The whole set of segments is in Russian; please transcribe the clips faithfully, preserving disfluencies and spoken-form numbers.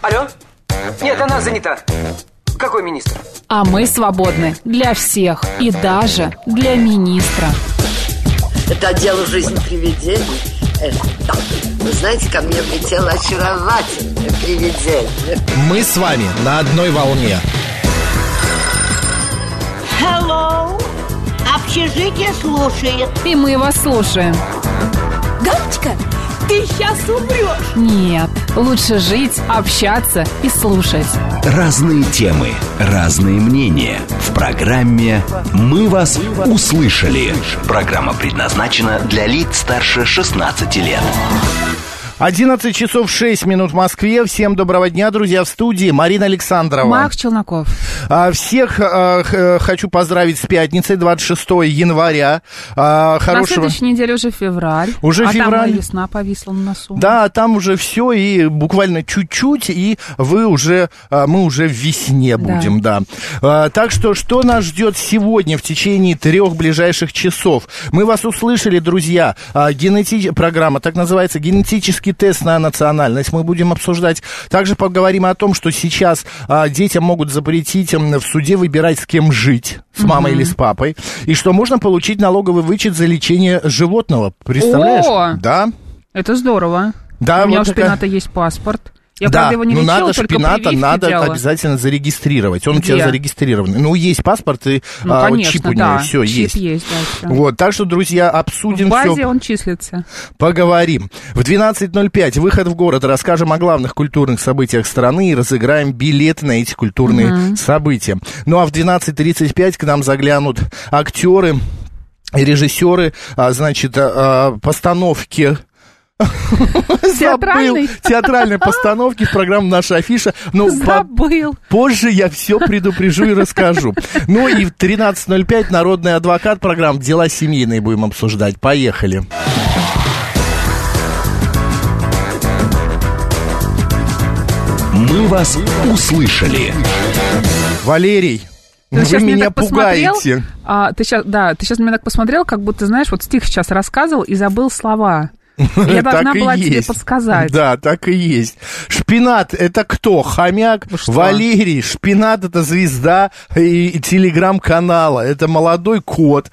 Алло? Нет, она занята. Какой министр? А мы свободны для всех и даже для министра. Это дело жизни привидений. Да. Вы знаете, ко мне влетело очаровательное привидение. Мы с вами на одной волне. Hello. Общежитие слушает. И мы вас слушаем. Галочка, ты сейчас умрешь. Нет, лучше жить, общаться и слушать. Разные темы, разные мнения. В программе «Мы вас услышали». Программа предназначена для лиц старше шестнадцати лет. одиннадцать часов шесть минут в Москве. Всем доброго дня, друзья, в студии Марина Александрова. Макс Челноков. Всех э, хочу поздравить с пятницей, двадцать шестого января. Э, хорошего... На следующей неделе уже февраль. Уже а февраль. там весна повисла на носу. Да, там уже все, и буквально чуть-чуть, и вы уже, мы уже в весне будем, да. да. Так что, что нас ждет сегодня в течение трех ближайших часов? Мы вас услышали, друзья. Генети... Программа так называется «Генетический тест на национальность». Мы будем обсуждать. Также поговорим о том, что сейчас детям могут запретить в суде выбирать, с кем жить, с мамой mm-hmm. или с папой, и что можно получить налоговый вычет за лечение животного. Представляешь? О! Да. Это здорово. Да, у меня вот у шпината такая... есть паспорт. Я, да, правда, его не ну лечила, надо только шпината, надо делала. обязательно зарегистрировать. Он Где? у тебя зарегистрированный. Ну, есть паспорт и ну, а, конечно, чип у него, да. все чип есть. есть да, все. Вот, так что, друзья, обсудим все. В базе всё. Он числится. Поговорим. В двенадцать ноль пять выход в город. Расскажем о главных культурных событиях страны и разыграем билеты на эти культурные mm-hmm. события. Ну, а в двенадцать тридцать пять к нам заглянут актеры и режиссеры, а, значит, а, постановки... Театральной? Забыл. Театральной постановки в программу «Наша афиша». Но Забыл. По- позже я все предупрежу и расскажу. Ну и в тринадцать ноль пять народный адвокат, программа «Дела семейные» будем обсуждать. Поехали. Мы вас услышали. Валерий, Ты вы сейчас меня так пугаете. А, ты сейчас, да, ты сейчас на меня так посмотрел, как будто, знаешь, вот стих сейчас рассказывал и забыл слова. Я должна была тебе подсказать. Да, так и есть. Шпинат — это кто? Хомяк? Валерий. Шпинат — это звезда и, и телеграм-канала. Это молодой кот,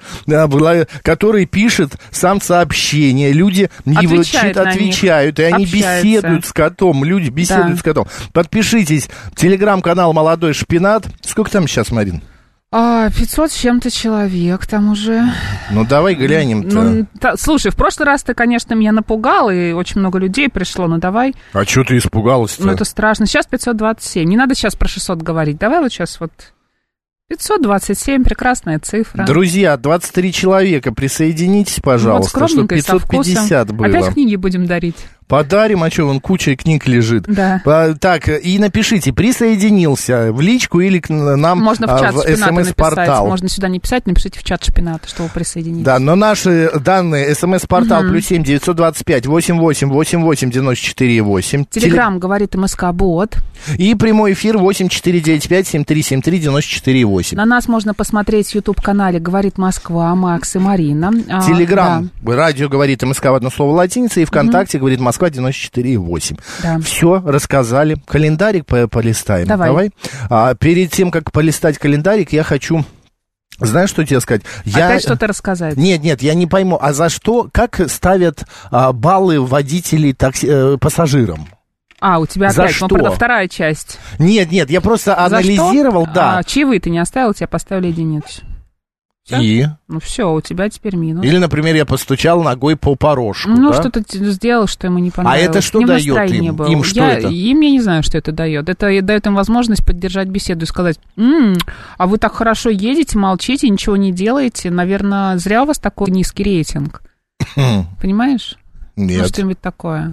который пишет сам сообщения. Люди его чит, отвечают, и они общаются. Беседуют с котом. Люди беседуют да. с котом. Подпишитесь. Телеграм-канал «Молодой Шпинат». Сколько там сейчас, Марин? А, пятьсот с чем-то человек там уже. Ну, давай глянем-то. Ну, та, слушай, в прошлый раз ты, конечно, меня напугал, и очень много людей пришло, ну давай. А что ты испугалась-то? Ну, это страшно. Сейчас пятьсот двадцать семь. Не надо сейчас про шестьсот говорить. Давай вот сейчас вот... пятьсот двадцать семь, прекрасная цифра. Друзья, двадцать три человека, присоединитесь, пожалуйста, вот чтобы пятьсот пятьдесят было. Опять книги будем дарить. Подарим, а что, вон куча книг лежит. Да. Так, и напишите, присоединился в личку или к нам можно в, чат в СМС-портал. Можно сюда не писать, напишите в чат шпината, что вы присоединитесь. Да, но наши данные, СМС-портал угу. плюс семь девятьсот двадцать пять восемьдесят восемь восемьдесят восемь девяносто четыре восемь. Телеграм Теле... говорит МСК-бот. И прямой эфир восемь четыре девять пять семь три семь три девяносто четыре восемь. На нас можно посмотреть в YouTube-канале «Говорит Москва», Макс и Марина. Телеграм, да. радио «Говорит МСК» в одно слово латиница, и ВКонтакте угу. «Говорит Москва» девяносто четыре восемь. Да. Все, рассказали. Календарик по- полистаем. Давай. Давай. А, перед тем, как полистать календарик, я хочу... Знаешь, что тебе сказать? Я... Опять что-то рассказать? Нет, нет, я не пойму. А за что, как ставят а, баллы водителей такси... э, пассажирам? А, у тебя за опять, что? ну, правда, вторая часть. Нет, нет, я просто за анализировал, что? да. А, чаевые ты не оставил, тебя поставили единицу. Всё? И? Ну все, у тебя теперь минус. Или, например, я постучал ногой по порожку. Ну, да? что-то сделал, что ему не понравилось. А это что не дает им? Было. Им что я, это? Им я не знаю, что это дает. Это дает им возможность поддержать беседу и сказать: м-м, а вы так хорошо едете, молчите, ничего не делаете. Наверное, зря у вас такой низкий рейтинг. Понимаешь? Нет. Ну, что-нибудь такое.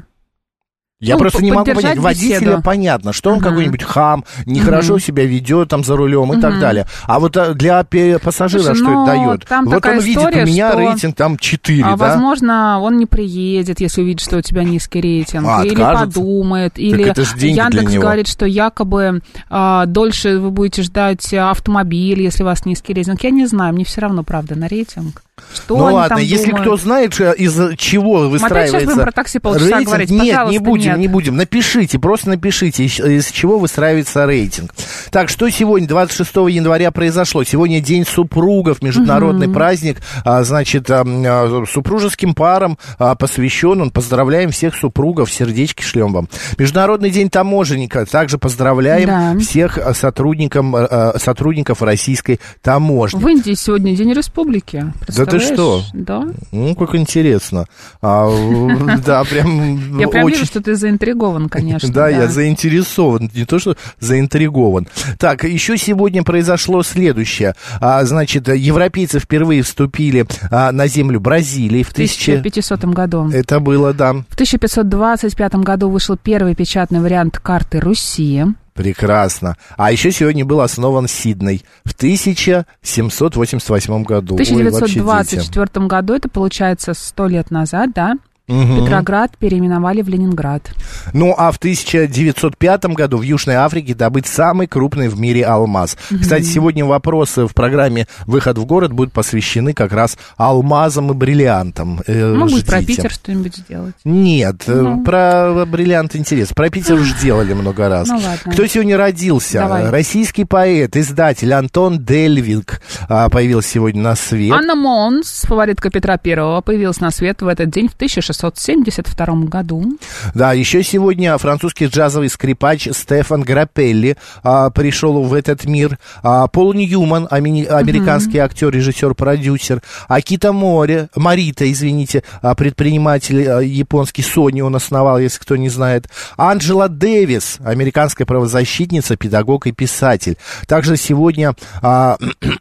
Я ну, просто не могу понять, водителя беседу. Понятно, что он uh-huh. какой-нибудь хам, нехорошо uh-huh. себя ведет там за рулем и uh-huh. так далее. А вот для пассажира Слушай, что это дает? Вот он видит, у меня что, рейтинг там четыре, а, да? Возможно, он не приедет, если увидит, что у тебя низкий рейтинг. А, или откажется? Подумает. Так или Яндекс говорит, что якобы а, дольше вы будете ждать автомобиль, если у вас низкий рейтинг. Я не знаю, мне все равно, правда, на рейтинг. Что ну они ладно, там если думают? кто знает, из чего выстраивается... Мы опять сейчас будем про такси полчаса рейтинг, говорить? нет, Пожалуйста, не будем, нет. не будем. Напишите, просто напишите, из, из чего выстраивается рейтинг. Так, что сегодня, двадцать шестого января, произошло? Сегодня День супругов, международный угу. праздник, а, значит, а, а, супружеским парам а, посвящен он. Поздравляем всех супругов, сердечки шлем вам. Международный день таможенника. Также поздравляем да. всех сотрудников, сотрудников российской таможни. В Индии сегодня День республики. Да ты что? Да. Ну, как интересно. А, да, прям Я прям очень... вижу, что ты заинтригован, конечно. Да, я заинтересован, не то что заинтригован. Так, еще сегодня произошло следующее. А, значит, европейцы впервые вступили а, на землю Бразилии в тысяча пятисотом году. Это было, да. В тысяча пятьсот двадцать пятом году вышел первый печатный вариант карты Руси. Прекрасно. А еще сегодня был основан Сидней в тысяча семьсот восемьдесят восьмом году. В тысяча девятьсот двадцать четвёртом году, это получается сто лет назад, да? Угу. Петроград переименовали в Ленинград. Ну, а в тысяча девятьсот пятом году в Южной Африке добыт самый крупный в мире алмаз. Угу. Кстати, сегодня вопросы в программе «Выход в город» будут посвящены как раз алмазам и бриллиантам. Ну, будет про Питер что-нибудь сделать. Нет, ну. про бриллиант интересно. Про Питер уже делали много раз. Ну, ладно. Кто сегодня родился? Давай. Российский поэт, издатель Антон Дельвинг появился сегодня на свет. Анна Монс, фаворитка Петра Первого, появилась на свет в этот день в тысяча шестьсот семьдесят втором году. Да, еще сегодня французский джазовый скрипач Стефан Граппелли а, пришел в этот мир. А, Пол Ньюман, ами, американский uh-huh. актер, режиссер, продюсер. Акита Мори, Морита, извините, предприниматель а, японский, Sony он основал, если кто не знает. Анджела Дэвис, американская правозащитница, педагог и писатель. Также сегодня а,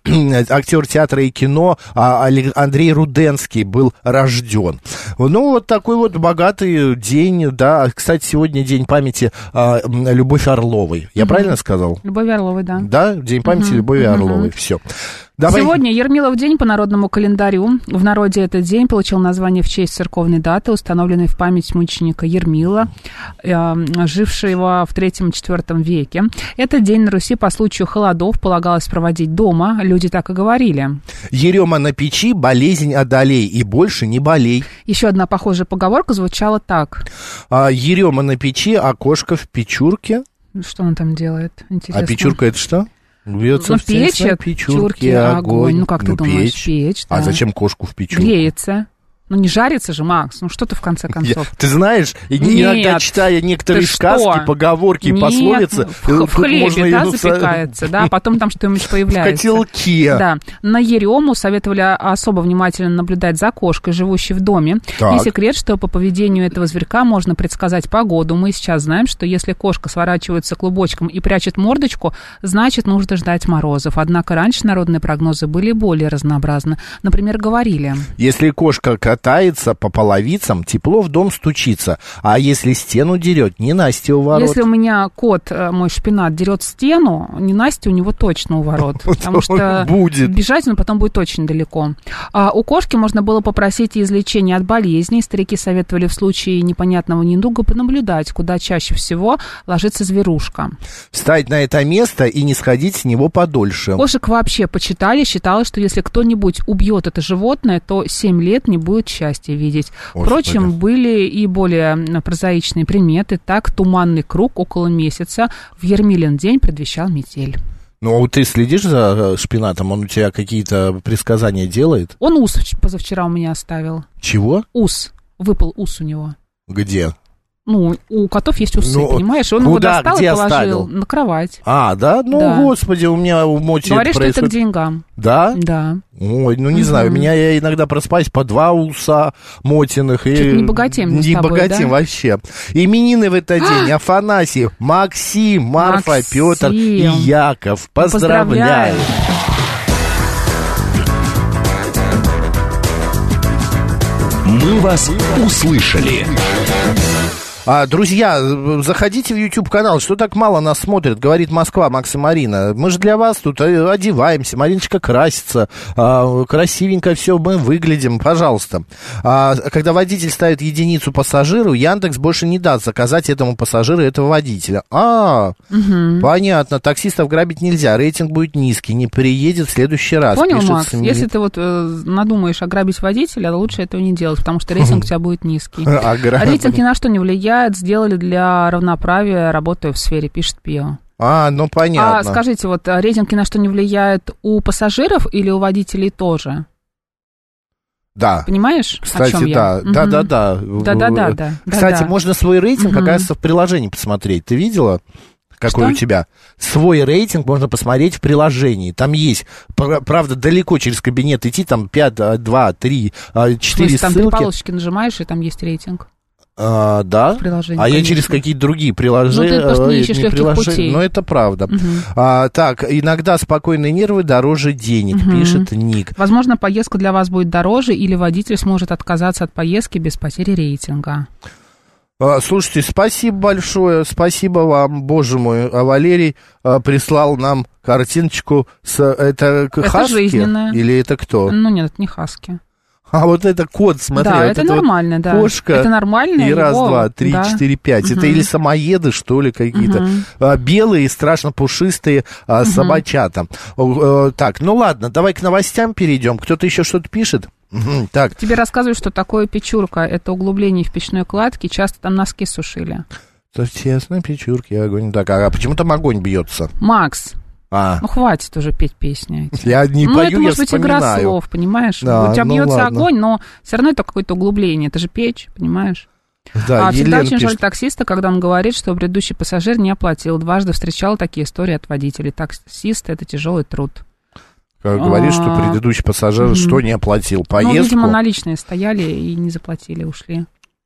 актер театра и кино а, Андрей Руденский был рожден. Ну, вот такой вот богатый день, да. Кстати, сегодня день памяти а, Любовь Орловой. Я угу. правильно сказал? Любовь Орловой, да. Да, день памяти угу. Любови угу. Орловой. Все. Давай. Сегодня Ермилов день по народному календарю. В народе этот день получил название в честь церковной даты, установленной в память мученика Ермила, э, жившего в третьем-четвёртом веке. Этот день на Руси по случаю холодов полагалось проводить дома. Люди так и говорили. Ерема на печи, болезнь одолей, и больше не болей. Еще одна похожая поговорка звучала так. А, Ерема на печи, а кошка в печурке. Что он там делает? Интересно. А печурка это что? Бьется ну, в печь, печурки, огонь. Ну, как ты ну, думаешь, печь. печь, да. А зачем кошку в печурку? Греется. Ну, не жарится же, Макс, ну что ты в конце концов? Я, ты знаешь, иногда читая некоторые сказки, что? поговорки, Нет, пословицы... в, в хлебе, да, запекается, да, потом там что-нибудь появляется. В котелке. Да. На ерему советовали особо внимательно наблюдать за кошкой, живущей в доме. Так. Не секрет, что по поведению этого зверька можно предсказать погоду. Мы сейчас знаем, что если кошка сворачивается клубочком и прячет мордочку, значит, нужно ждать морозов. Однако раньше народные прогнозы были более разнообразны. Например, говорили... Если кошка катается по половицам, тепло в дом стучится. А если стену дерет, не Настя у ворот. Если у меня кот, мой шпинат, дерет стену, не Настя у него точно у ворот. Потому что будет. бежать он потом будет очень далеко. А у кошки можно было попросить излечения от болезней. Старики советовали в случае непонятного недуга понаблюдать, куда чаще всего ложится зверушка. Встать на это место и не сходить с него подольше. Кошек вообще почитали, считалось, что если кто-нибудь убьет это животное, то семь лет не будет счастья видеть. Господи. Впрочем, были и более прозаичные приметы. Так, туманный круг около месяца в Ермилин день предвещал метель. Ну, ты следишь за шпинатом? Он у тебя какие-то предсказания делает? Он ус позавчера у меня оставил. Чего? Ус. Выпал ус у него. Где? Ну, у котов есть усы, ну, понимаешь? Он куда, его достал где и положил оставил? На кровать. А, да? Ну, да. Господи, у меня у Моти Говоришь, это происходит... что это к деньгам. Да? Да. Ой, ну не угу. знаю, у меня я иногда проспаюсь по два уса Мотиных. Что-то и... не богатеем Не тобой, богатеем да? вообще. Именины в этот день. Афанасий, Максим, Марфа, Максим. Петр и Яков. Поздравляю. Поздравляю. Мы вас услышали. А, друзья, заходите в YouTube-канал. Что так мало нас смотрят? Говорит Москва, Макс и Марина. Мы же для вас тут одеваемся. Мариночка красится. А, красивенько все мы выглядим. Пожалуйста. А, когда водитель ставит единицу пассажиру, Яндекс больше не даст заказать этому пассажиру этого водителя. А, угу. Понятно. Таксистов грабить нельзя. Рейтинг будет низкий. Не приедет в следующий раз. Понял, Пишет Макс? СМИ. Если ты вот э, надумаешь ограбить водителя, лучше этого не делать, потому что рейтинг у тебя будет низкий. Рейтинг ни на что не влияет. Сделали для равноправия, работаю в сфере, пишет Пио. А, ну понятно. А скажите, вот рейтинг ни на что не влияет у пассажиров или у водителей тоже? Да. Понимаешь, кстати, о чем да. я? Да, да, да. Да, да, да, да. Кстати, да. можно свой рейтинг, угу. оказывается, в приложении посмотреть. Ты видела, какой Что? у тебя? Свой рейтинг можно посмотреть в приложении. Там есть, правда, далеко через кабинет идти, там пять, два, три, четыре там ссылки. Там три полосочки нажимаешь, и там есть рейтинг. А, да? А конечно. я через какие-то другие приложения. Ну, ты просто не ищешь не легких приложения, путей. но это правда. Угу. А, так, иногда спокойные нервы дороже денег, угу. пишет Ник. Возможно, поездка для вас будет дороже, или водитель сможет отказаться от поездки без потери рейтинга. А, слушайте, спасибо большое, спасибо вам, боже мой. А Валерий а, прислал нам картиночку с... Это, это хаски? Жизненная. Или это кто? Ну, нет, это не хаски. А вот это кот, смотри. Да, вот это, это нормально, вот да. Кошка. Это нормально. И раз, его... два, три, да. четыре, пять. Угу. Это или самоеды, что ли, какие-то. Угу. А, белые, страшно пушистые а, угу. собачата. А, так, ну ладно, давай к новостям перейдем. Кто-то еще что-то пишет? Угу, так. Тебе рассказывают, что такое печурка. Это углубление в печной кладке. Часто там носки сушили. То тесно, печурки, огонь. Так, а почему там огонь бьется? Макс. А. Ну, хватит уже петь песни. Я не ну, пою, это может я быть игра слов, понимаешь? Да, у тебя ну бьется ладно. огонь, но все равно это какое-то углубление. Это же печь, понимаешь? Да, а всегда очень пишет. жаль таксиста, когда он говорит, что предыдущий пассажир не оплатил. Дважды встречал такие истории от водителей. Таксист — это тяжелый труд. Говорит, что А, предыдущий пассажир угу. что не оплатил? Поездку? Ну, видимо, наличные стояли и не заплатили, ушли.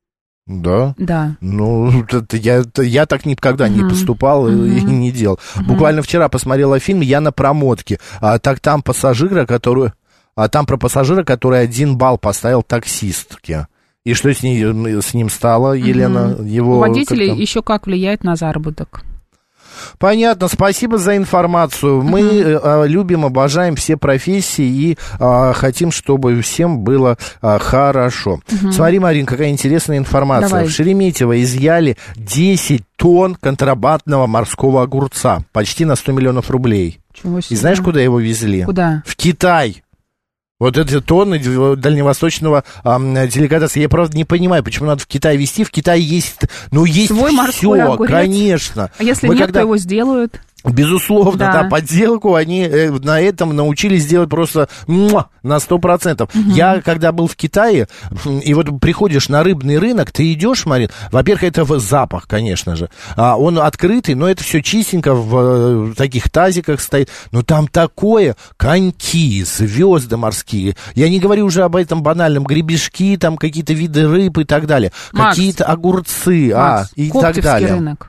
Да? Да. Ну, это, я, это, я так никогда uh-huh. не поступал uh-huh. и, и не делал. Uh-huh. Буквально вчера посмотрела фильм «Я на промотке». А, так там пассажира, который... А там про пассажира, который один балл поставил таксистке. И что с, ней, с ним стало, Елена? Uh-huh. Его, У водителей как еще как влияет на заработок. Понятно, спасибо за информацию. Мы uh-huh. а, любим, обожаем все профессии и а, хотим, чтобы всем было а, хорошо. Uh-huh. Смотри, Марин, какая интересная информация. Давай. В Шереметьево изъяли десять тонн контрабандного морского огурца. Почти на сто миллионов рублей. Чего себе. И знаешь, куда его везли? Куда? В Китай. Вот эти тонны дальневосточного эм, деликатеса. Я, правда, не понимаю, почему надо в Китай везти. В Китае есть, ну, есть свой все, конечно. А если Мы нет, когда... то его сделают? Безусловно, да. да, подделку они э, на этом научились делать просто муа, на сто процентов. Угу. Я, когда был в Китае, и вот приходишь на рыбный рынок, ты идешь, Марин, во-первых, это запах, конечно же, а, он открытый, но это все чистенько в, в таких тазиках стоит, но там такое, коньки, звезды морские, я не говорю уже об этом банальном, гребешки, там какие-то виды рыб и так далее, Макс, какие-то огурцы, Макс, а, и так далее. рынок.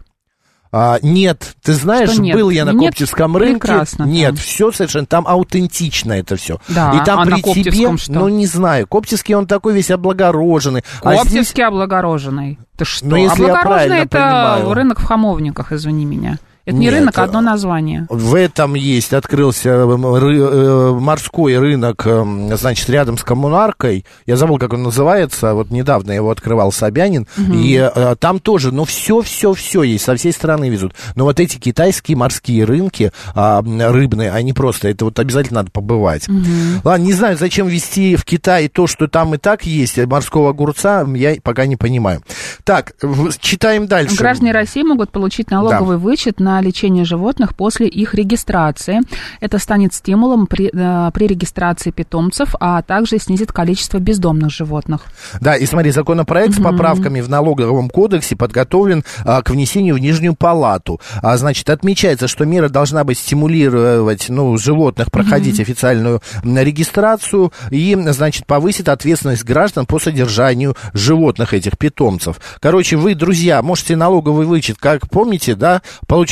А, нет, ты знаешь, нет? был я на нет, Коптевском рынке. Прекрасно. Нет, там. все совершенно, там аутентично это все. Да, и там а при на тебе, что? ну не знаю, Коптевский он такой весь облагороженный. Коптевский а здесь... облагороженный. Ты что? Ну, если я правильно это понимаю. рынок в Хамовниках, извини меня. Это не Нет, рынок, а одно название. В этом есть, открылся ры, морской рынок, значит, рядом с коммунаркой. Я забыл, как он называется, вот недавно его открывал Собянин. Угу. И а, там тоже, ну, все-все-все есть, со всей страны везут. Но вот эти китайские морские рынки а, рыбные, они просто, это вот обязательно надо побывать. Угу. Ладно, не знаю, зачем везти в Китай то, что там и так есть, морского огурца, я пока не понимаю. Так, читаем дальше. Граждане России могут получить налоговый да. вычет на лечение животных после их регистрации. Это станет стимулом при, э, при регистрации питомцев, а также снизит количество бездомных животных. Да, и смотри, законопроект угу. с поправками в налоговом кодексе подготовлен а, к внесению в Нижнюю палату. А, значит, отмечается, что мера должна быть стимулировать, ну, животных проходить угу. официальную регистрацию и, значит, повысит ответственность граждан по содержанию животных, этих питомцев. Короче, вы, друзья, можете налоговый вычет, как помните, да, получать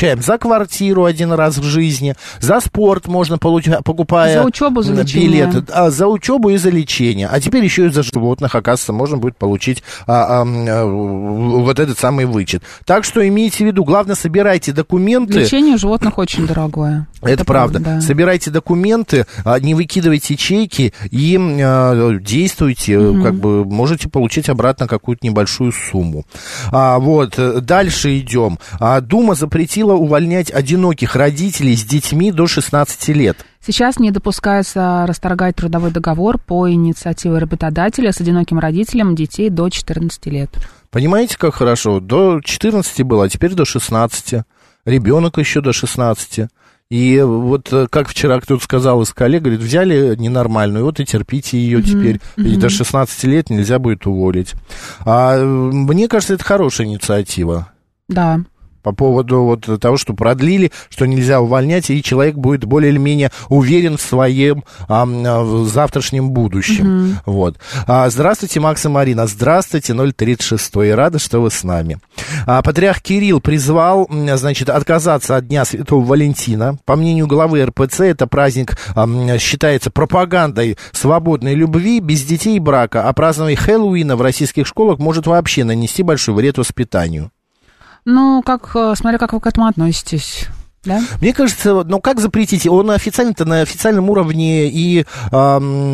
получаем за квартиру один раз в жизни, за спорт можно получать, покупая за учебу, за лечение. билеты, а, за учебу и за лечение. А теперь еще и за животных, оказывается, можно будет получить а, а, а, вот этот самый вычет. Так что имейте в виду, главное, собирайте документы. Лечение животных очень дорогое. Это, Это правда. правда да. Собирайте документы, не выкидывайте чеки и а, действуйте, угу. как бы можете получить обратно какую-то небольшую сумму. А, вот, дальше идем. А, Дума запретила увольнять одиноких родителей с детьми до шестнадцати лет. Сейчас не допускается расторгать трудовой договор по инициативе работодателя с одиноким родителем детей до четырнадцати лет. Понимаете, как хорошо? До четырнадцати было, а теперь до шестнадцати. Ребенок еще до шестнадцати. И вот, как вчера кто-то сказал из коллег, говорит, взяли ненормальную, вот и терпите ее mm-hmm. теперь. Mm-hmm. И до шестнадцати лет нельзя будет уволить. А мне кажется, это хорошая инициатива. Да. По поводу вот того, что продлили, что нельзя увольнять, и человек будет более или менее уверен в своем а, в завтрашнем будущем. Mm-hmm. Вот. А, здравствуйте, Макс и Марина. Здравствуйте, ноль тридцать шесть. Рада, что вы с нами. А, патриарх Кирилл призвал, значит, отказаться от Дня Святого Валентина. По мнению главы эр пэ цэ, это праздник а, считается пропагандой свободной любви, без детей и брака, а празднование Хэллоуина в российских школах может вообще нанести большой вред воспитанию. Ну, как, смотря как вы к этому относитесь, да? Мне кажется, ну как запретить? Он официально-то на официальном уровне и э,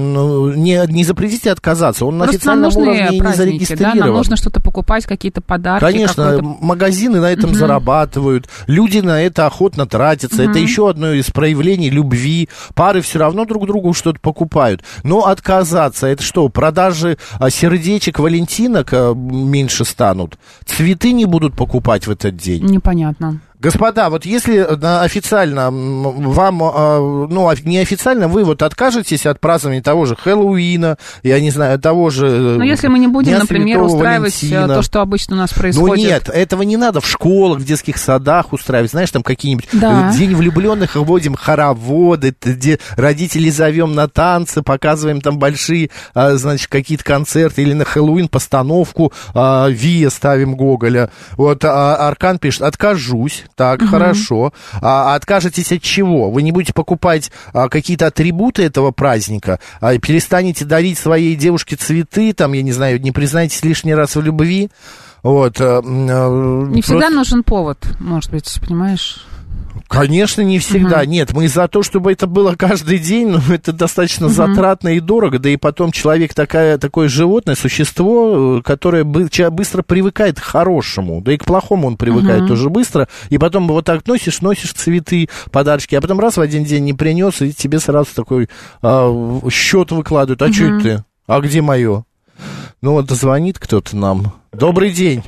не, не запретите отказаться, он на Просто официальном уровне и не зарегистрирован. Да, нам нужно что-то покупать, какие-то подарки. Конечно, магазины на этом uh-huh. зарабатывают, люди на это охотно тратятся, uh-huh. это еще одно из проявлений любви, пары все равно друг другу что-то покупают. Но отказаться, это что, продажи сердечек, валентинок меньше станут? Цветы не будут покупать в этот день? Непонятно. Господа, вот если официально вам, ну, неофициально вы вот откажетесь от празднования того же Хэллоуина, я не знаю, того же... Но если мы не будем, например, устраивать Валентина. То, что обычно у нас происходит... Ну нет, этого не надо в школах, в детских садах устраивать, знаешь, там какие-нибудь да. День влюбленных, вводим хороводы, где родителей зовем на танцы, показываем там большие, значит, какие-то концерты, или на Хэллоуин постановку Вия ставим Гоголя. Вот Аркан пишет, откажусь. Так, угу. хорошо. А откажетесь от чего? Вы не будете покупать а, какие-то атрибуты этого праздника? А, перестанете дарить своей девушке цветы? Там, я не знаю, не признаетесь лишний раз в любви? Вот. А, не просто... всегда нужен повод, может быть, понимаешь? Конечно, не всегда. Uh-huh. Нет, мы за то, чтобы это было каждый день, но это достаточно uh-huh. затратно и дорого. Да и потом человек такая, такое животное, существо, которое быстро привыкает к хорошему. Да и к плохому он привыкает uh-huh. тоже быстро. И потом вот так носишь, носишь цветы, подарочки, а потом раз в один день не принес, и тебе сразу такой а, счет выкладывают. А uh-huh. что это ты? А где мое? Ну вот звонит кто-то нам. Добрый день.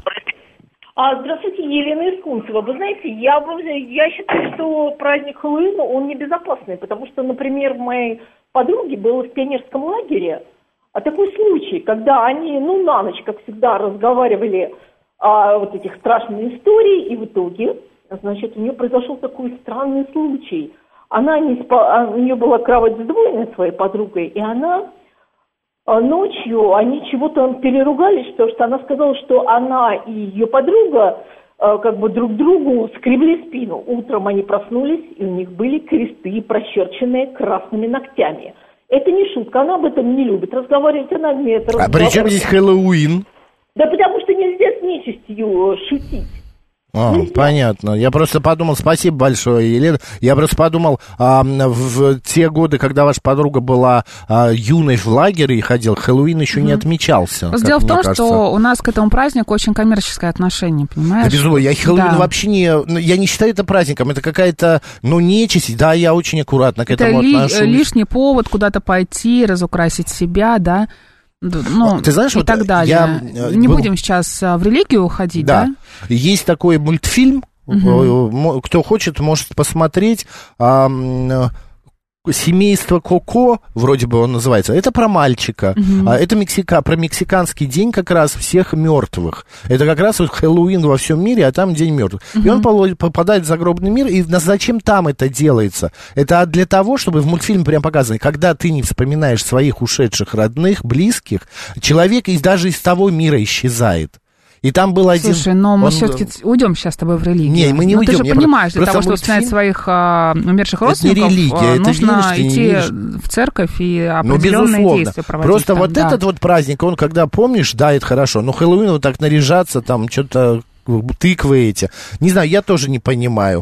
А, здравствуйте, Елена из Кунцево. Вы знаете, я, я считаю, что праздник Хэллоуина, он небезопасный, потому что, например, в моей подруге было в пионерском лагере а такой случай, когда они, ну, на ночь, как всегда, разговаривали о вот этих страшных историях, и в итоге, значит, у нее произошел такой странный случай. Она не спала, у нее была кровать сдвоенная своей подругой, и она... Ночью они чего-то переругались, потому что она сказала, что она и ее подруга как бы друг другу скребли спину. Утром они проснулись, и у них были кресты, прочерченные красными ногтями. Это не шутка, она об этом не любит. Разговаривать она не это. А при чем здесь Хэллоуин? Да потому что нельзя с нечистью шутить. А, понятно. Я просто подумал, спасибо большое, Елена. Я просто подумал, а, в те годы, когда ваша подруга была а, юной в лагере и ходил, Хэллоуин еще mm-hmm. не отмечался. Дело в том, кажется. Что у нас к этому празднику очень коммерческое отношение, понимаешь? Да, безусловно, я Хэллоуин да. вообще не... Я не считаю это праздником, это какая-то, ну, нечисть. Да, я очень аккуратно к это этому ли, отношусь. Лишний повод куда-то пойти, разукрасить себя, да. Ну, ты знаешь, и вот так далее. Я... Не будем сейчас в религию уходить, да? Да. Есть такой мультфильм, угу. кто хочет, может посмотреть. «Семейство Коко», вроде бы он называется, это про мальчика. Uh-huh. Это Мексика, про мексиканский день как раз всех мертвых. Это как раз вот Хэллоуин во всем мире, а там День мертвых. Uh-huh. И он попадает в загробный мир, и зачем там это делается? Это для того, чтобы в мультфильме прям показано, когда ты не вспоминаешь своих ушедших родных, близких, человек из, даже из того мира исчезает. И там был один... Слушай, но мы он... все-таки уйдем сейчас с тобой в религию. Не, мы не но уйдем. ты же Я понимаешь, просто... для того, чтобы мультфильм... вспоминать своих а, умерших родственников, это не религия, это нужно веришь, идти веришь. в церковь и Ну, определенные безусловно. действия проводить. Просто там, вот да. этот вот праздник, он когда помнишь, да, это хорошо, но Хэллоуин вот так наряжаться, там что-то... тыквы эти. Не знаю, я тоже не понимаю.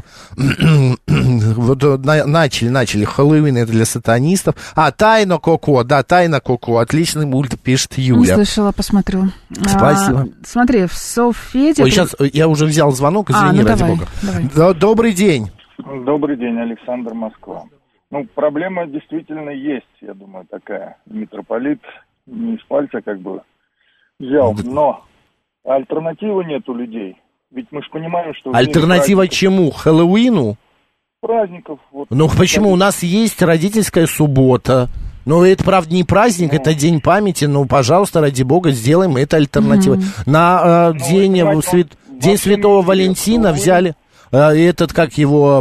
Вот на, начали, начали. Хэллоуин это для сатанистов. А, Тайна Коко, да, Тайна Коко. Отличный мульт, пишет Юля. Не слышала, посмотрю. Спасибо. А, смотри, в Софеде... Ой, сейчас я уже взял звонок, извини, а, ну ради давай, бога. Давай. Добрый день. Добрый день, Александр, Москва. Ну, проблема действительно есть, я думаю, такая. Митрополит не из пальца как бы взял, но... Альтернативы нет у людей. Ведь мы же понимаем, что... Альтернатива чему? Хэллоуину? Праздников. Вот, ну, почему? У нас есть родительская суббота. Ну, это, правда, не праздник, ну, это день памяти. Ну, пожалуйста, ради бога, сделаем это альтернативой. Mm-hmm. На э, ну, день, свят... день Святого Валентина взяли... Этот, как его,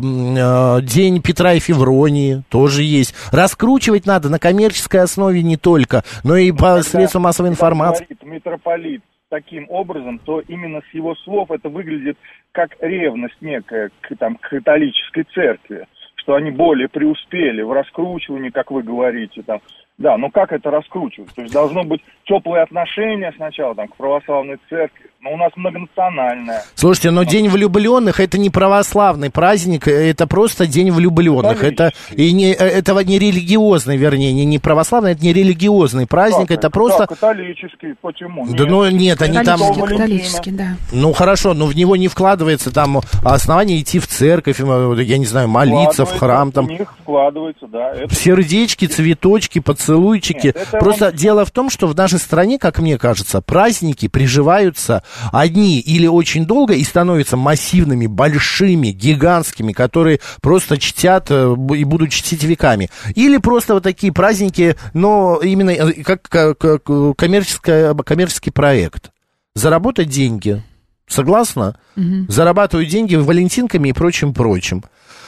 День Петра и Февронии тоже есть. Раскручивать надо на коммерческой основе не только, но и по средствам массовой информации. Митрополит таким образом, то именно с его слов это выглядит как ревность некая к, там, к католической церкви, что они более преуспели в раскручивании, как вы говорите, там. Да, но как это раскручивать? То есть должно быть теплые отношения сначала там, к православной церкви, но у нас многонациональная. Слушайте, но День влюбленных это не православный праздник, это просто День влюбленных. Это, и не, это не религиозный, вернее, не, не православный, это не религиозный праздник, как, это просто... Католический, почему? Да, ну нет, они там... Католический, да. Ну хорошо, но в него не вкладывается там основание идти в церковь, я не знаю, молиться в храм. Там. У них вкладывается, да. Это... Сердечки, цветочки, поцелуйчики. Нет, просто вам... дело в том, что в нашей стране, как мне кажется, праздники приживаются одни или очень долго и становятся массивными, большими, гигантскими, которые просто чтят и будут чтить веками. Или просто вот такие праздники, но именно как, как, как коммерческая, коммерческий проект. Заработать деньги. Согласна? Угу. Зарабатывают деньги валентинками и прочим-прочим.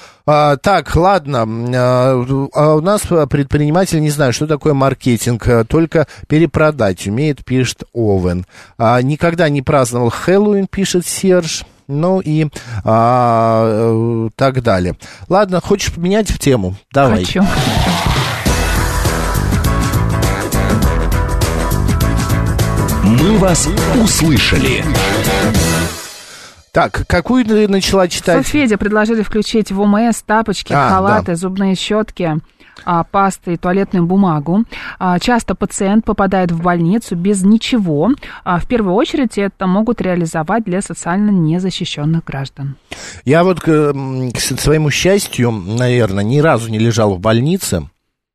А, так, ладно, а, а у нас предприниматель, не знаю, что такое маркетинг, только перепродать умеет, пишет Овен. А, никогда не праздновал Хэллоуин, пишет Серж, ну и а, так далее. Ладно, хочешь поменять в тему? Давай. Хочу. Мы вас услышали. Так, какую ты начала читать? Софеде предложили включить в ОМС тапочки, а, халаты, да. зубные щетки, а, пасты и туалетную бумагу. А, часто пациент попадает в больницу без ничего. А, в первую очередь это могут реализовать для социально незащищенных граждан. Я вот, к, к своему счастью, наверное, ни разу не лежал в больнице.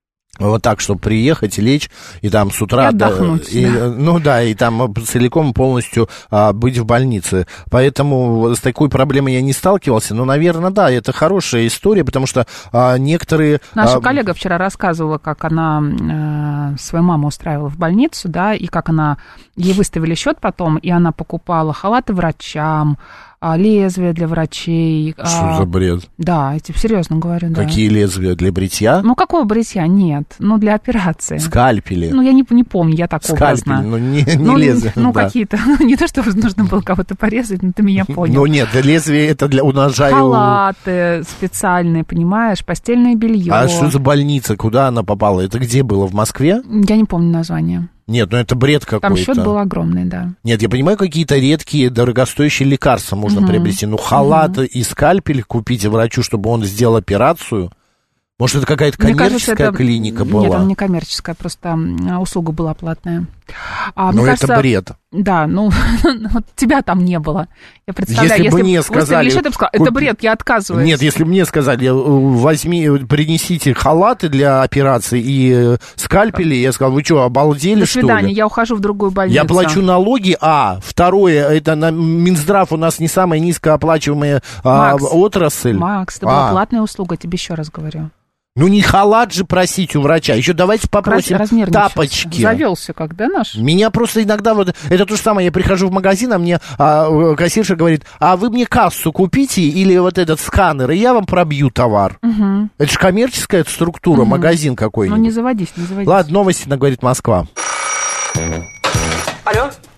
Вот так, чтобы приехать и лечь, и там с утра... И отдохнуть, да, и, да. Ну да, и там целиком полностью а, быть в больнице. Поэтому с такой проблемой я не сталкивался. Но, наверное, да, это хорошая история, потому что а, некоторые... Наша а... коллега вчера рассказывала, как она э, свою маму устраивала в больницу, да, и как она... Ей выставили счет потом, и она покупала халаты врачам, лезвия для врачей. Что за бред? Да, эти серьезно говорю, да. Какие лезвия? Для бритья? Ну, какого бритья? Нет, ну, для операции. Скальпели? Ну, я не, не помню, я так Скальпели, образно. ну, не, не ну, лезвия. Ну, да. какие-то, ну, не то, что нужно было кого-то порезать, но ты меня понял. Ну, нет, лезвие это для ножа. Халаты специальные, понимаешь, постельное белье. А что за больница? Куда она попала? Это где было? В Москве? Я не помню название. Нет, ну это бред какой-то. Там счет был огромный, да. Нет, я понимаю, какие-то редкие, дорогостоящие лекарства можно угу. приобрести. Ну, халат угу. и скальпель купите врачу, чтобы он сделал операцию. Может, это какая-то коммерческая кажется, это... клиника была? Нет, она не коммерческая, просто услуга была платная. А, ну, это кажется, бред. Да, ну, вот тебя там не было. Я представляю, если, если бы мне сказали... Еще, ты бы сказал, это куп... бред, я отказываюсь. Нет, если бы мне сказали, возьми, принесите халаты для операции и скальпели, я сказал, вы что, обалдели, что ли? До свидания, я ухожу в другую больницу. Я плачу налоги, а второе, это на Минздрав у нас не самая низкооплачиваемая Макс, а, отрасль. Макс, это а. была платная услуга, тебе еще раз говорю. Ну, не халат же просить у врача. Еще давайте попросим тапочки. Завелся как, да, наш? Меня просто иногда вот... Это то же самое, я прихожу в магазин, а мне а, кассирша говорит, а вы мне кассу купите или вот этот сканер, и я вам пробью товар. Угу. Это же коммерческая структура, угу. магазин какой-нибудь. Ну, не заводись, не заводись. Ладно, новости, говорит Москва. Алло?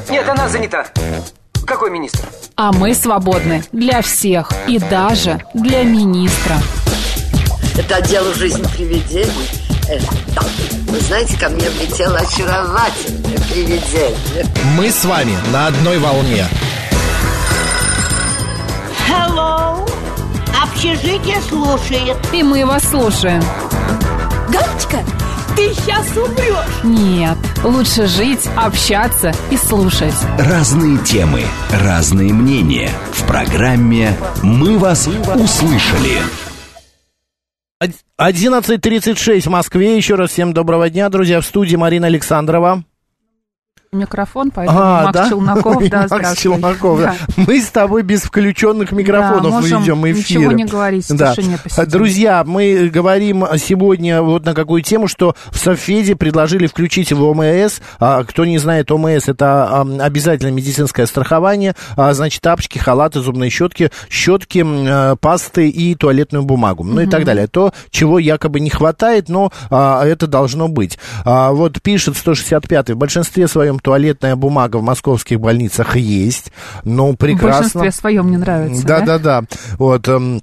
Нет, она занята. Какой министр? А мы свободны для всех и даже для министра. Это дело жизни привидений. Э, да. Вы знаете, ко мне влетело очаровательное привидение. Мы с вами на одной волне. Hello. Общежитие слушает. И мы вас слушаем. Галочка, ты сейчас умрешь. Нет, лучше жить, общаться и слушать. Разные темы, разные мнения. В программе «Мы вас услышали». одиннадцать тридцать шесть в Москве. Еще раз всем доброго дня, друзья. В студии Марина Александрова. Микрофон, поэтому а, Макс да? Челноков, да, Макс здравствуй. Челноков, да. Мы с тобой без включенных микрофонов да, можем ведем эфир. Ничего не говорить, да. тишине посидим. Друзья, мы говорим сегодня вот на какую тему, что в Совфеде предложили включить в ОМС. А, кто не знает, ОМС — это а, обязательное медицинское страхование. А, значит, тапочки, халаты, зубные щетки, щетки, а, пасты и туалетную бумагу. Ну mm-hmm. и так далее. То, чего якобы не хватает, но а, это должно быть. А, вот пишет сто шестьдесят пятый. В большинстве своем туалетная бумага в московских больницах есть. Ну, прекрасно. В большинстве своем не нравится, да? Да-да-да. Вот... Эм...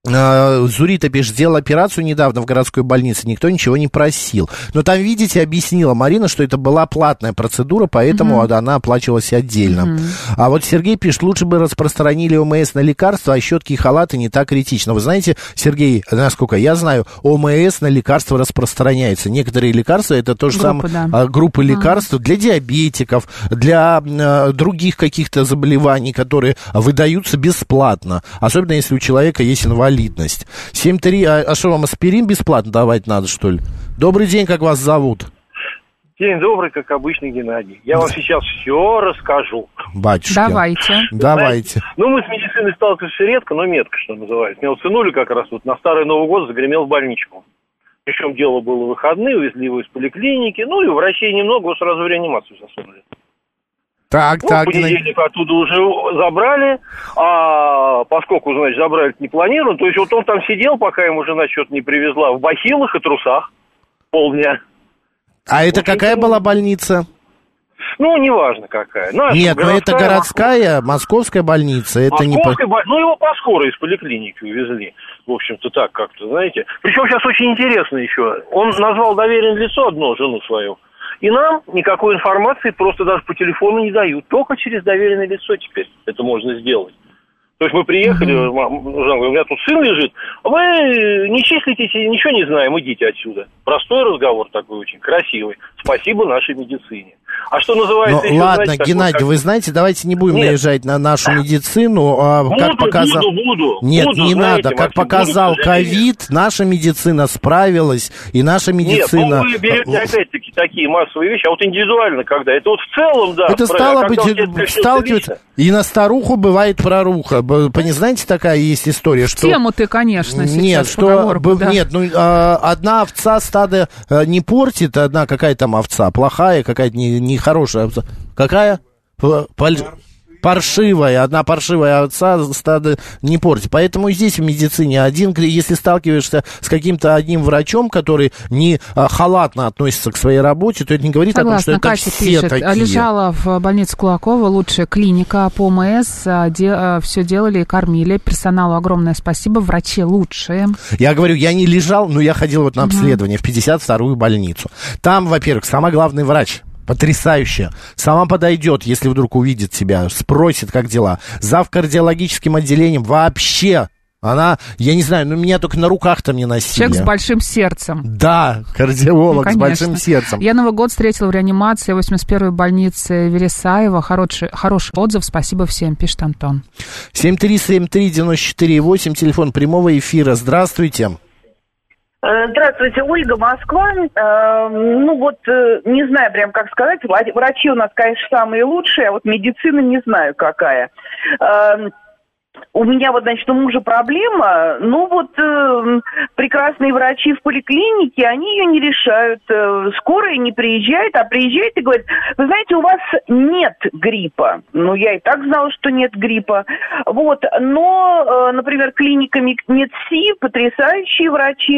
Зурита пишет, сделал операцию недавно в городской больнице, никто ничего не просил. Но там, видите, объяснила Марина, что это была платная процедура, поэтому mm-hmm. она оплачивалась отдельно. Mm-hmm. А вот Сергей пишет, лучше бы распространили ОМС на лекарства, а щетки и халаты не так критично. Вы знаете, Сергей, насколько я знаю, ОМС на лекарства распространяется. Некоторые лекарства, это то же самое, да. группы лекарств mm-hmm. для диабетиков, для э, других каких-то заболеваний, которые выдаются бесплатно. Особенно, если у человека есть инвалидность. семь три, а что, вам аспирин бесплатно давать надо, что ли? Добрый день, как вас зовут? День добрый, как обычно, Геннадий. Я вам сейчас все расскажу. Батюшки. Давайте. Давайте. Знаете, ну, мы с медициной сталкиваемся редко, но метко, что называется. Меня утянули как раз вот на Старый Новый год, загремел в больничку. Причем дело было в выходные, увезли его из поликлиники. Ну, и врачей немного, его сразу в реанимацию засунули. Так, ну, так. В понедельник оттуда уже забрали, а поскольку, значит, забрали не планировано, то есть вот он там сидел, пока ему жена что-то не привезла, в бахилах и трусах полдня. А это какая была больница? Ну, неважно какая. Наша, Нет, но это городская, московская больница. Это московская, не... Бо... ну, его по скорой из поликлиники увезли. В общем-то, так как-то, знаете. Причем сейчас очень интересно еще. Он назвал доверенное лицо одно, жену свою. И нам никакой информации просто даже по телефону не дают. Только через доверенное лицо теперь это можно сделать. То есть мы приехали, mm-hmm. у меня тут сын лежит, а вы не числитесь, ничего не знаем, идите отсюда. Простой разговор такой очень красивый. Спасибо нашей медицине. А что называется... Ну, еще, ладно, знаете, Геннадий, такой, как... вы знаете, давайте не будем Нет. наезжать на нашу медицину. А, буду, как показал... буду, буду. Нет, буду, не знаете, надо. Как показал ковид, наша медицина справилась, и наша медицина... Нет, ну вы берете опять-таки такие массовые вещи, а вот индивидуально когда? Это вот в целом, да. Это стало быть, сталкиваться... И на старуху бывает проруха. Не знаете, такая есть история, что... Тему ты, конечно, сейчас Нет, что... Б... да. Нет, ну, а, одна овца стадо не портит, одна какая там овца, плохая, какая-то нехорошая не овца. Какая? Паль... Паршивая, одна паршивая овца стадо не портит. Поэтому здесь в медицине один, если сталкиваешься с каким-то одним врачом, который не а, халатно относится к своей работе, то это не говорит Согласна, о том, что это Катя все пишет, такие. Лежала в больнице Кулакова, лучшая клиника по ОМС, де, все делали и кормили. Персоналу огромное спасибо, врачи лучшие. Я говорю, я не лежал, но я ходил вот на обследование uh-huh. в пятьдесят вторую больницу. Там, во-первых, самый главный врач. Потрясающе. Сама подойдет, если вдруг увидит тебя, спросит, как дела. Зав кардиологическим отделением вообще, она, я не знаю, ну меня только на руках-то мне носили. Человек с большим сердцем. Да, кардиолог ну, с большим сердцем. Я Новый год встретила в реанимации восемьдесят первой больницы Вересаева. Хороший, хороший отзыв, спасибо всем, пишет Антон. семь три семь три девять четыре восемь, телефон прямого эфира. Здравствуйте. Здравствуйте, Ольга, Москва. Э, ну вот, э, не знаю прям как сказать, врачи у нас, конечно, самые лучшие, а вот медицина не знаю какая. Э, у меня вот, значит, у мужа проблема, ну вот э, прекрасные врачи в поликлинике, они ее не решают, э, скорая не приезжает, а приезжает и говорит, вы знаете, у вас нет гриппа. Ну, я и так знала, что нет гриппа. Вот, но, э, например, клиника МедСи, потрясающие врачи,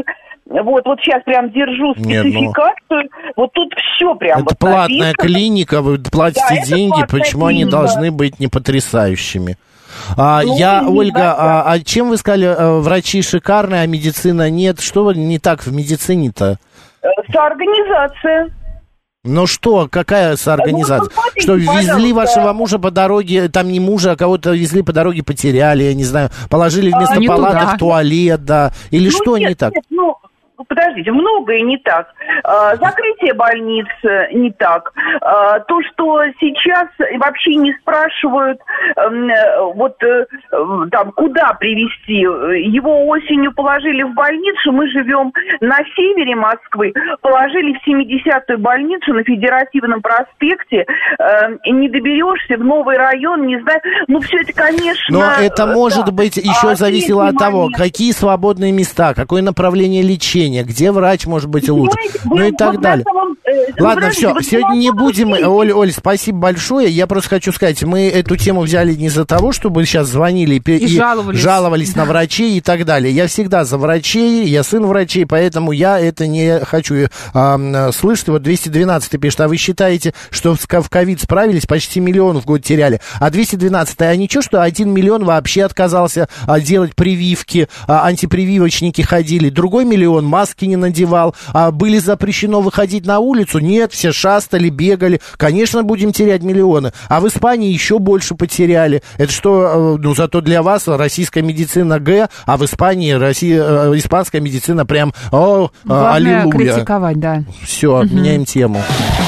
Вот, вот сейчас прям держу спецификацию. Нет, ну, вот тут все прям. Это вот платная написано. Клиника, вы платите да, деньги, почему клиника. Они должны быть не потрясающими? А, ну, я, Ольга, да, а, а чем вы сказали, врачи шикарные, а медицина нет? Что не так в медицине-то? Соорганизация. Ну что, какая соорганизация? Ну, смотрите, что везли вашего мужа по дороге, там не мужа, а кого-то везли по дороге, потеряли, я не знаю, положили вместо а, палаты туда. В туалет, да, или ну, что нет, не так? Нет, ну... Подождите, многое не так. А, закрытие больниц не так. А, то, что сейчас вообще не спрашивают, а, вот а, там, куда привезти. Его осенью положили в больницу, мы живем на севере Москвы, положили в семидесятую больницу на Федеративном проспекте, а, не доберешься в новый район, не знаю. Ну, все это, конечно... Но это, может да. быть, еще а, зависело от того, момент. Какие свободные места, какое направление лечения, где врач может быть лучше, знаете, ну и так вот далее. Самом, э, Ладно, все, сегодня не будем... Оль, Оль, спасибо большое. Я просто хочу сказать, мы эту тему взяли не из-за того, чтобы сейчас звонили и, и, и жаловались, жаловались да. на врачей и так далее. Я всегда за врачей, я сын врачей, поэтому я это не хочу а, слышать. Вот двести двенадцать пишет, а вы считаете, что в ковид справились, почти миллион в год теряли, а двести двенадцать, а ничего, что один миллион вообще отказался а, делать прививки, а, антипрививочники ходили, другой миллион маски не надевал, а были запрещено выходить на улицу, нет, все шастали, бегали, конечно, будем терять миллионы, а в Испании еще больше потеряли, это что, ну, зато для вас российская медицина Г, а в Испании Россия, испанская медицина прям, о, главное аллилуйя. Критиковать, да. Все, угу. Меняем тему.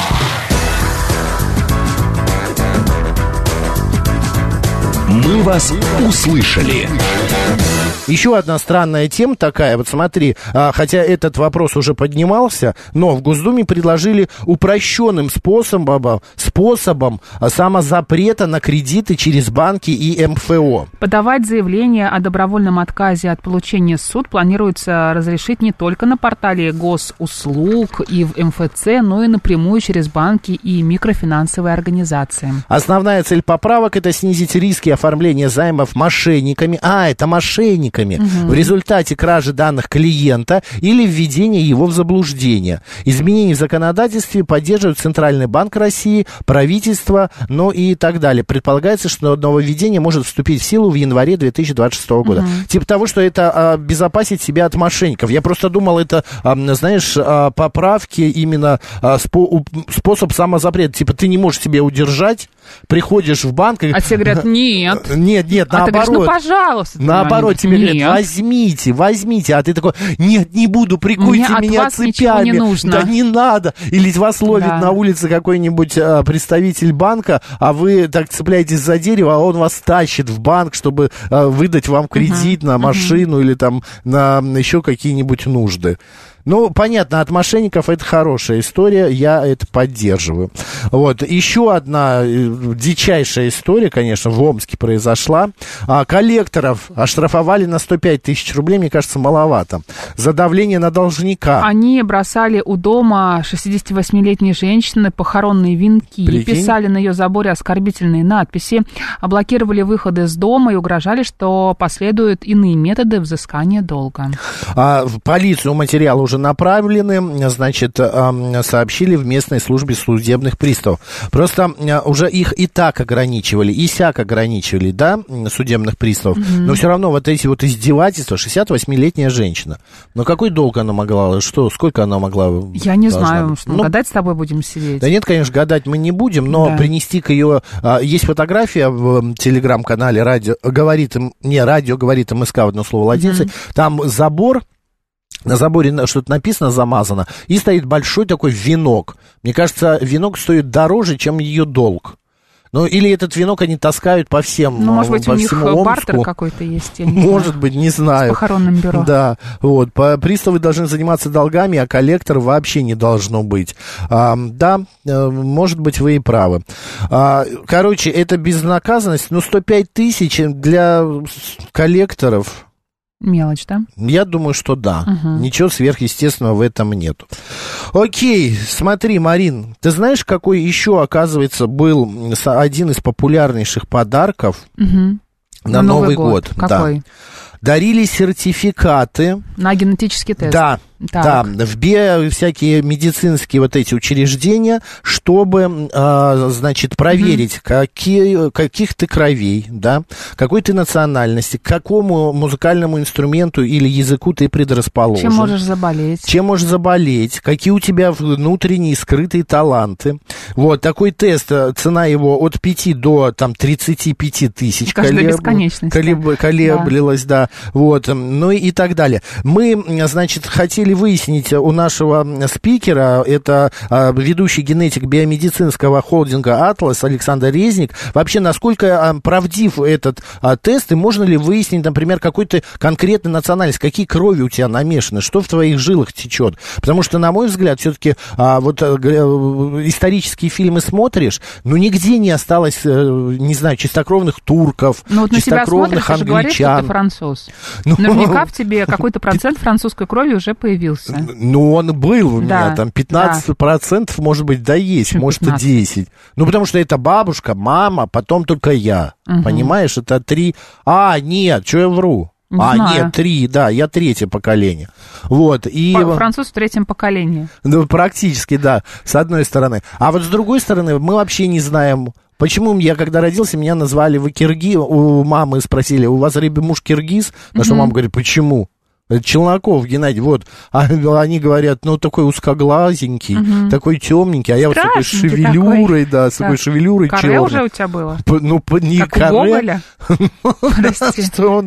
Мы вас услышали. Еще одна странная тема такая, вот смотри, а, хотя этот вопрос уже поднимался, но в Госдуме предложили упрощенным способом, способом самозапрета на кредиты через банки и эм эф о. Подавать заявление о добровольном отказе от получения суд планируется разрешить не только на портале госуслуг и в эм эф цэ, но и напрямую через банки и микрофинансовые организации. Основная цель поправок – это снизить риски оформления займов мошенниками. А, это мошенниками. Угу. В результате кражи данных клиента или введения его в заблуждение. Изменения в законодательстве поддерживают Центральный банк России, правительство, ну и так далее. Предполагается, что нововведение может вступить в силу в январе две тысячи двадцать шестого года. Угу. Типа того, что это а, обезопасить себя от мошенников. Я просто думал, это, а, знаешь, а, поправки именно а, спо- способ самозапрета. Типа ты не можешь себя удержать, приходишь в банк и... А тебе говорят, нет. Нет, нет, а наоборот. Ты говоришь, ну, пожалуйста. Наоборот, тебе говорят, возьмите, возьмите. А ты такой, нет, не буду, прикуйте меня цепями. Не нужно. Да не надо. Или вас ловит да. на улице какой-нибудь а, представитель банка, а вы так цепляетесь за дерево, а он вас тащит в банк, чтобы а, выдать вам кредит uh-huh. на машину uh-huh. или там на еще какие-нибудь нужды. Ну, понятно, от мошенников это хорошая история, я это поддерживаю. Вот, еще одна дичайшая история, конечно, в Омске произошла. А, коллекторов оштрафовали на сто пять тысяч рублей, мне кажется, маловато, за давление на должника. Они бросали у дома шестидесятивосьмилетней женщины похоронные венки, Прикинь? Писали на ее заборе оскорбительные надписи, блокировали выходы из дома и угрожали, что последуют иные методы взыскания долга. А, в полицию материал уже направлены, значит, сообщили в местной службе судебных приставов. Просто уже их и так ограничивали, и сяк ограничивали, да, судебных приставов, mm-hmm. но все равно вот эти вот издевательства, шестидесятивосьмилетняя женщина, но какой долг она могла, что, сколько она могла? Я не знаю, что ну, гадать с тобой будем сидеть. Да нет, конечно, гадать мы не будем, но да. принести к ее... Есть фотография в телеграм-канале радио, говорит, не, радио говорит МСК, в одно слово латиницей, mm-hmm. там забор, на заборе что-то написано, замазано, и стоит большой такой венок. Мне кажется, венок стоит дороже, чем ее долг. Ну, или этот венок они таскают по всем, ну, может быть, по у них Омску. Бартер какой-то есть, я не Может знаю. быть, не знаю. С похоронным бюро. Да, вот, приставы должны заниматься долгами, а коллектор вообще не должно быть. А, да, может быть, вы и правы. А, короче, это безнаказанность, но сто пять тысяч для коллекторов... Мелочь, да? Я думаю, что да. Угу. Ничего сверхъестественного в этом нету. Окей, смотри, Марин, ты знаешь, какой еще, оказывается, был один из популярнейших подарков угу. на, на Новый, Новый год? год. Какой? Да. Дарили сертификаты На генетический тест. Да. Так. Да, в би, всякие медицинские вот эти учреждения, чтобы, а, значит, проверить, mm-hmm. какие, каких ты кровей, да, какой ты национальности, к какому музыкальному инструменту или языку ты предрасположен. Чем можешь заболеть. Чем можешь заболеть, какие у тебя внутренние скрытые таланты. Вот, такой тест, цена его от пяти до, там, тридцати пяти тысяч. Колеб... Колеб... Колеблилась, да. да, вот, ну и так далее. Мы, значит, хотели выяснить у нашего спикера, это а, ведущий генетик биомедицинского холдинга «Атлас» Александр Резник, вообще, насколько а, правдив этот а, тест, и можно ли выяснить, например, какой-то конкретной национальность, какие крови у тебя намешаны, что в твоих жилах течет. Потому что, на мой взгляд, все-таки а, вот а, исторические фильмы смотришь, но нигде не осталось, не знаю, чистокровных турков, ну, вот чистокровных на себя смотришь, англичан. Говоришь, что ты француз. Ну, наверняка в тебе какой-то процент французской крови уже появился. Ну, он был у меня, да, там пятнадцать процентов, да. может быть, да есть, Почему может, пятнадцать? И десять. Ну, потому что это бабушка, мама, потом только я. Угу. Понимаешь, это три... А, нет, что я вру? Не а, знаю. нет, три, да, я третье поколение. Вот, и... Француз в третьем поколении. Ну, практически, да, с одной стороны. А вот с другой стороны, мы вообще не знаем... Почему я, когда родился, меня назвали вы кирги, у мамы спросили, у вас ребя муж киргиз? На что мама говорит, почему? Челноков Геннадий, вот, а они говорят, ну, такой узкоглазенький, угу. такой темненький, а я вот с такой шевелюрой, такой. да, с такой так. шевелюрой черной. Каре уже у тебя было? П- ну, не как каре. у Гоголя? Прости. Что он,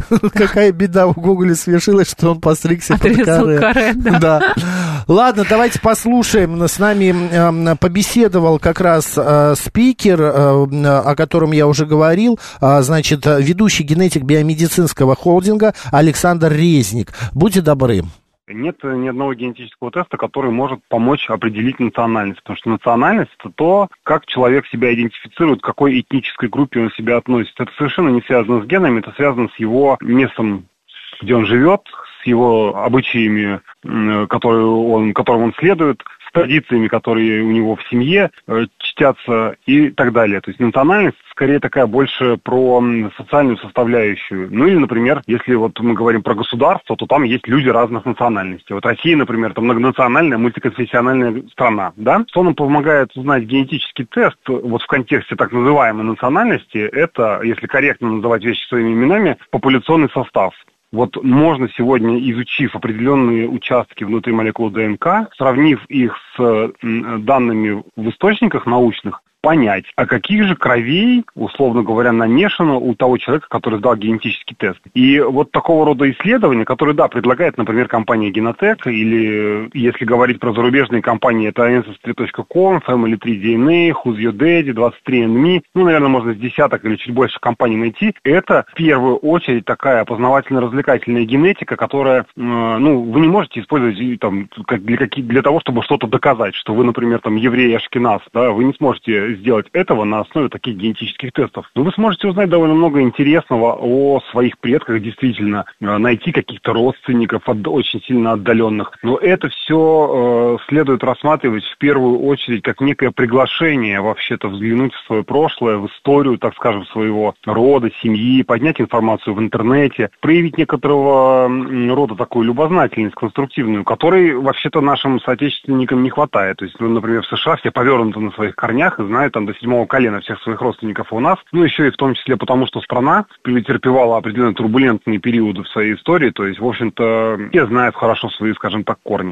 какая беда у Гоголя свершилась, что он постригся под каре. каре да. да. Ладно, давайте послушаем. С нами э, побеседовал как раз э, спикер, э, о котором я уже говорил, э, значит, ведущий генетик биомедицинского холдинга Александр Резник. Будьте добры. Нет ни одного генетического теста, который может помочь определить национальность. Потому что национальность – это то, как человек себя идентифицирует, к какой этнической группе он себя относит. Это совершенно не связано с генами, это связано с его местом, где он живет, с его обычаями, которые он, которым он следует, с традициями, которые у него в семье э, чтятся и так далее. То есть национальность скорее такая больше про социальную составляющую. Ну или, например, если вот мы говорим про государство, то там есть люди разных национальностей. Вот Россия, например, это многонациональная, мультиконфессиональная страна, да? Что нам помогает узнать генетический тест вот в контексте так называемой национальности, это, если корректно называть вещи своими именами, популяционный состав. Вот можно сегодня, изучив определенные участки внутри молекул ДНК, сравнив их с данными в источниках научных, понять, а каких же кровей, условно говоря, намешано у того человека, который сдал генетический тест. И вот такого рода исследования, которые, да, предлагает, например, компания Genotech, или, если говорить про зарубежные компании, это энсестри точка ком, Family Tree ди эн эй, Who's Your Daddy, двадцать три энд ми, ну, наверное, можно с десяток или чуть больше компаний найти. Это, в первую очередь, такая познавательно-развлекательная генетика, которая, э, ну, вы не можете использовать там, для, для того, чтобы что-то доказать, что вы, например, там, еврей-ашкеназ, да, вы не сможете сделать этого на основе таких генетических тестов. Но вы сможете узнать довольно много интересного о своих предках, действительно, найти каких-то родственников от, очень сильно отдаленных. Но это все э, следует рассматривать в первую очередь как некое приглашение вообще-то взглянуть в свое прошлое, в историю, так скажем, своего рода, семьи, поднять информацию в интернете, проявить некоторого рода такую любознательность конструктивную, которой вообще-то нашим соотечественникам не хватает. То есть, ну, например, в США все повернуты на своих корнях и знают там до седьмого колена всех своих родственников у нас. Ну, еще и в том числе потому, что страна претерпевала определенно турбулентные периоды в своей истории. То есть, в общем-то, все знают хорошо свои, скажем так, корни.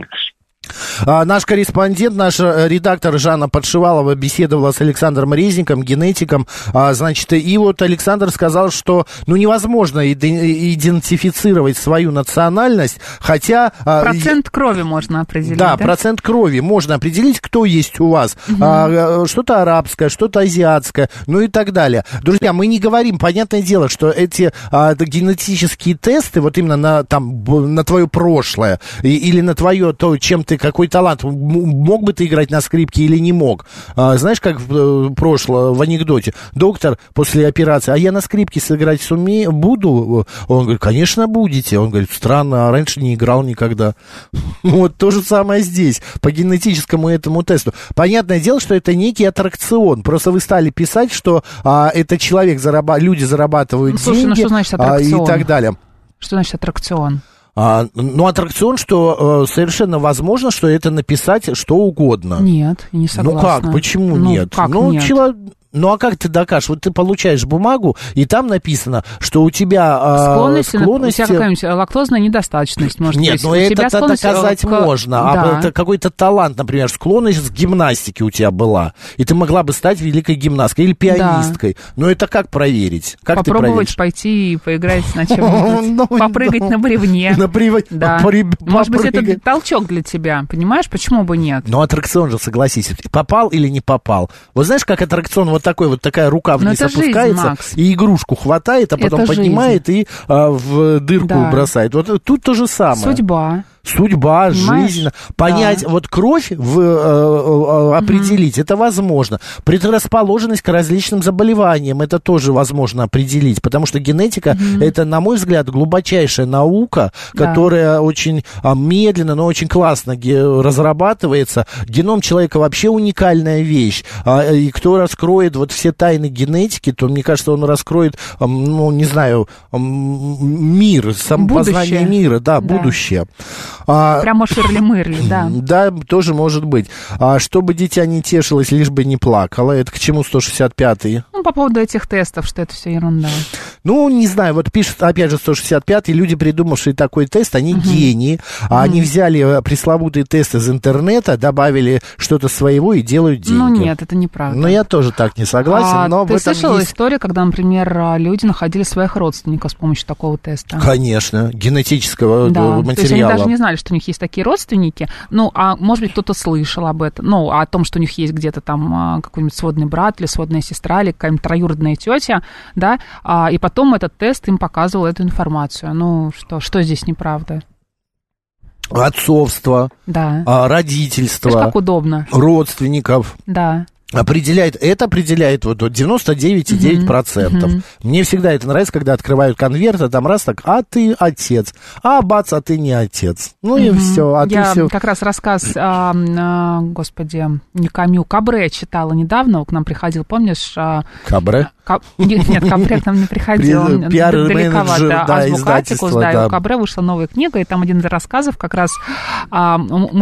А, наш корреспондент, наш редактор Жанна Подшивалова беседовала с Александром Резником, генетиком. А, значит, и вот Александр сказал, что ну, невозможно идентифицировать свою национальность, хотя... Процент крови можно определить, да? Да, процент крови можно определить, кто есть у вас. Угу. А, что-то арабское, что-то азиатское, ну и так далее. Друзья, мы не говорим, понятное дело, что эти а, генетические тесты, вот именно на, там, на твое прошлое и, или на твое, то, чем ты, какой талант, мог бы ты играть на скрипке или не мог. А, знаешь, как в прошлом, в анекдоте, доктор после операции, а я на скрипке сыграть сумею, буду? Он говорит, конечно, будете. Он говорит, странно, а раньше не играл никогда. Вот то же самое здесь, по генетическому этому тесту. Понятное дело, что это некий аттракцион. Просто вы стали писать, что а, это человек, зараба... люди зарабатывают ну, слушай, деньги ну, что значит аттракцион? А, и так далее. Что значит аттракцион? А, ну, аттракцион, что э, совершенно возможно, что это написать что угодно. Нет, не согласна. Ну как, почему ну, нет? Как ну, нет? Чело... Ну, а как ты докажешь? Вот ты получаешь бумагу, и там написано, что у тебя э, склонности, склонности... У тебя какая-нибудь лактозная недостаточность, может Нет, быть. ну у это тебя склонность... доказать к... можно. Да. А это какой-то талант, например, склонность к гимнастике у тебя была. И ты могла бы стать великой гимнасткой или пианисткой. Да. Но это как проверить? Как попробовать ты пойти и поиграть на чем-нибудь. Попрыгать на бревне. Может быть, это толчок для тебя, понимаешь? Почему бы нет? Ну, аттракцион же, согласись. Попал или не попал? Вот знаешь, как аттракцион вот такой, вот такая рука вниз опускается, жизнь, и игрушку хватает, а потом это поднимает жизнь. И а, в дырку да. бросает. Вот тут то же самое. Судьба. Судьба, понимаешь? Жизнь. Понять, да. вот кровь в, э, э, определить, mm-hmm. это возможно. Предрасположенность к различным заболеваниям, это тоже возможно определить, потому что генетика, mm-hmm. это, на мой взгляд, глубочайшая наука, да. которая очень а, медленно, но очень классно ге- разрабатывается. Геном человека вообще уникальная вещь. А, и кто раскроет вот все тайны генетики, то, мне кажется, он раскроет, а, ну, не знаю, а, мир, самопознание мира, да, да. будущее. А, Прямо Ширли-Мырли, да. Да, тоже может быть. А чтобы дитя не тешилось, лишь бы не плакало, это к чему сто шестьдесят пятый? Ну, по поводу этих тестов, что это все ерунда. Ну, не знаю, вот пишет, опять же, сто шестьдесят пятый, люди, придумавшие такой тест, они uh-huh. гении, uh-huh. они взяли пресловутый тест из интернета, добавили что-то своего и делают деньги. Ну, нет, это неправда. Ну, я тоже так не согласен, а но ты в этом слышала есть... историю, когда, например, люди находили своих родственников с помощью такого теста? Конечно, генетического да. материала. То есть они даже не знали, что у них есть такие родственники, ну, а может быть, кто-то слышал об этом, ну, о том, что у них есть где-то там какой-нибудь сводный брат или сводная сестра или какая-нибудь троюродная тетя, да, а, и потом этот тест им показывал эту информацию. Ну, что, что здесь неправда? Отцовство, да. родительство, видишь, как удобно. Родственников. Да. Определяет, это определяет вот девяносто девять целых девять десятых процента. Uh-huh. Мне всегда это нравится, когда открывают конверт, а там раз так, а ты отец, а бац, а ты не отец. Ну uh-huh. и все, а Я ты все. как раз рассказ, а, а, господи, не Камю, Кабре читала недавно, к нам приходил, помнишь? А, Кабре? Каб... Нет, нет, Кабре к нам не приходил, он далековато. Азбука Атикус, да, и у Кабре вышла новая книга, и там один из рассказов как раз а,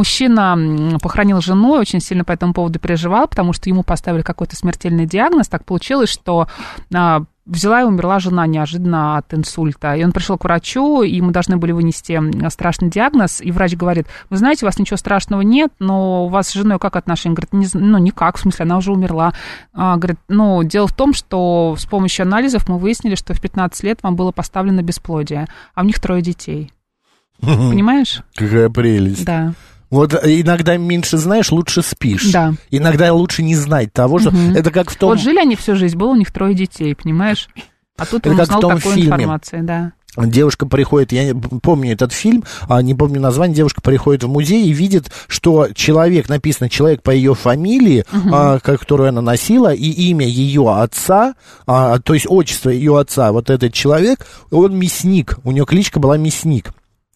мужчина похоронил жену, очень сильно по этому поводу переживал, потому что ему поставили какой-то смертельный диагноз, так получилось, что а, взяла и умерла жена неожиданно от инсульта. И он пришел к врачу, и ему должны были вынести страшный диагноз, и врач говорит, вы знаете, у вас ничего страшного нет, но у вас с женой как отношения? Говорит, не, ну, никак, в смысле, она уже умерла. А, говорит, ну, дело в том, что с помощью анализов мы выяснили, что в пятнадцать лет вам было поставлено бесплодие, а у них трое детей. Понимаешь? Какая прелесть. Да. Вот иногда меньше знаешь, лучше спишь. Да. Иногда лучше не знать того, что... Угу. Это как в том... Вот жили они всю жизнь, было у них трое детей, понимаешь? А тут он узнал такую информацию, да. Девушка приходит, я помню этот фильм, а не помню название, девушка приходит в музей и видит, что человек, написано человек по ее фамилии, uh-huh. а, которую она носила, и имя ее отца, а, то есть отчество ее отца, вот этот человек, он мясник, у нее кличка была Мясник.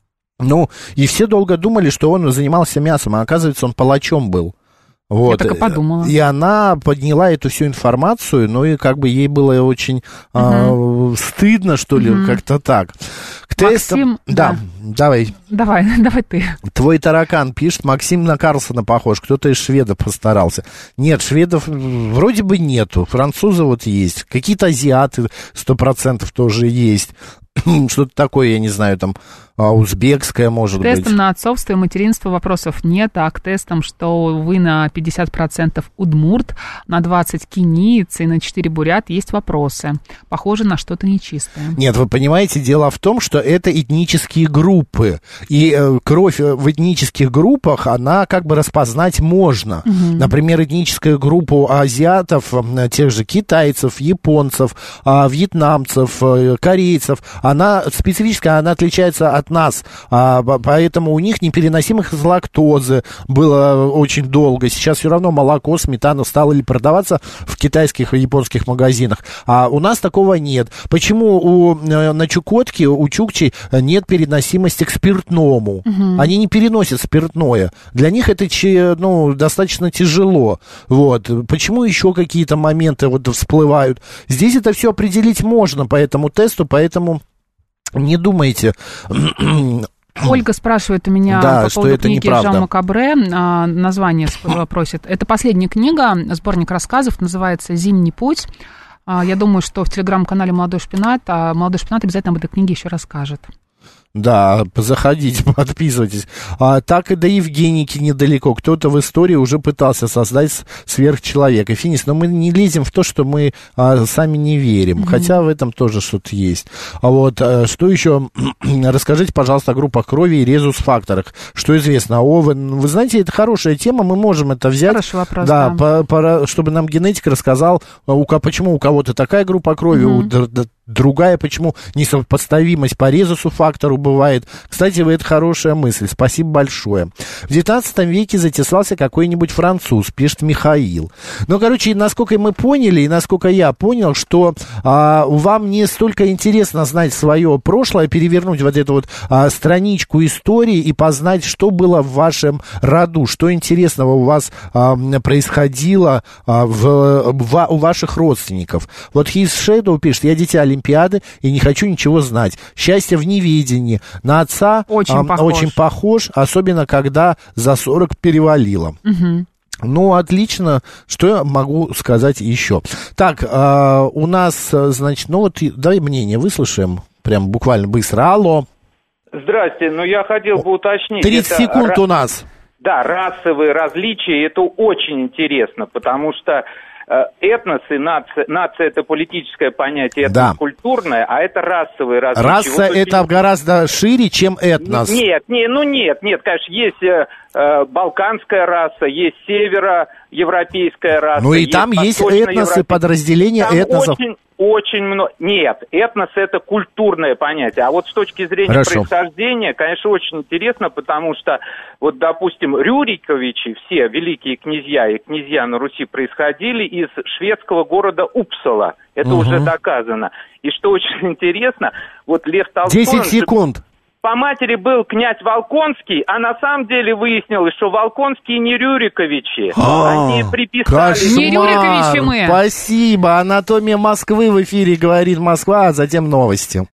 Ну, и все долго думали, что он занимался мясом, а оказывается, он палачом был. Вот. Я так и подумала. И она подняла эту всю информацию, ну и как бы ей было очень угу. а, стыдно, что ли, угу. как-то так. К тестам... Максим, да, да, давай. Давай, давай ты. Твой таракан пишет, Максим на Карлсона похож, кто-то из шведов постарался. Нет, шведов вроде бы нету, французы вот есть, какие-то азиаты сто процентов тоже есть. Что-то такое, я не знаю, там, узбекское, может быть. К тестам на отцовство и материнство вопросов нет, а к тестам, что вы на пятьдесят процентов удмурт, на двадцать кениец и на четыре бурят, есть вопросы. Похоже на что-то нечистое. Нет, вы понимаете, дело в том, что это этнические группы. И э, кровь в этнических группах, она как бы распознать можно. Угу. Например, этническую группу азиатов, тех же китайцев, японцев, э, вьетнамцев, э, корейцев, она специфическая, она отличается от нас, а, поэтому у них непереносимых из лактозы было очень долго. Сейчас все равно молоко, сметана стало продаваться в китайских и японских магазинах, а у нас такого нет. Почему у, на Чукотке, у чукчей нет переносимости к спиртному? Угу. Они не переносят спиртное. Для них это ну, достаточно тяжело. Вот. Почему еще какие-то моменты вот всплывают? Здесь это все определить можно по этому тесту, поэтому... Не думайте, Ольга спрашивает у меня да, по поводу книги неправда. Жан Макабре. А, название просит. Это последняя книга, сборник рассказов, называется «Зимний путь». А, я думаю, что в телеграм-канале «Молодой шпинат», а «Молодой шпинат» обязательно об этой книге еще расскажет. Да, заходите, подписывайтесь. А, так и до Евгеники недалеко. Кто-то в истории уже пытался создать сверхчеловека. Финис, но мы не лезем в то, что мы а, сами не верим. Mm-hmm. Хотя в этом тоже что-то есть. А вот а, что еще? Расскажите, пожалуйста, о группах крови и резус-факторах. Что известно? О, вы, вы знаете, это хорошая тема, мы можем это взять. Хороший вопрос, да. да. По, по, чтобы нам генетик рассказал, у, почему у кого-то такая группа крови, mm-hmm. у другая, почему несопоставимость по резусу-фактору бывает. Кстати, это хорошая мысль. Спасибо большое. В девятнадцатом веке затесался какой-нибудь француз, пишет Михаил. Ну, короче, насколько мы поняли, и насколько я понял, что а, вам не столько интересно знать свое прошлое, перевернуть вот эту вот а, страничку истории и познать, что было в вашем роду, что интересного у вас а, происходило а, в, в, у ваших родственников. Вот His Shadow пишет: я дитя Олимпиады и не хочу ничего знать. Счастье в неведении. На отца очень, а, похож. очень похож, особенно когда за сорок перевалило. Угу. Ну, отлично. Что я могу сказать еще? Так, а, у нас, значит, ну вот, давай мнение выслушаем. Прям буквально быстро. Алло. Здрасте, ну я хотел бы уточнить. тридцать это секунд ра... у нас. Да, расовые различия, это очень интересно, потому что этносы, нация, нация это политическое понятие, этнос да. культурное, а это расовые различия. Раса вот это очень... гораздо шире, чем этнос. Нет, не, ну нет, нет, конечно, есть э, балканская раса, есть североевропейская раса. Ну и там есть этносы, подразделения там этносов. Очень, очень много. Нет, этнос это культурное понятие. А вот с точки зрения Хорошо. происхождения, конечно, очень интересно, потому что, вот, допустим, Рюриковичи, все великие князья и князья на Руси происходили из шведского города Упсала. Это угу. уже доказано. И что очень интересно, вот Лев Толстой... десять секунд. По матери был князь Волконский, а на самом деле выяснилось, что Волконские не Рюриковичи. А, Они приписали... Кошмар. Не Рюриковичи мы. Спасибо. Анатомия Москвы в эфире говорит Москва, а затем новости.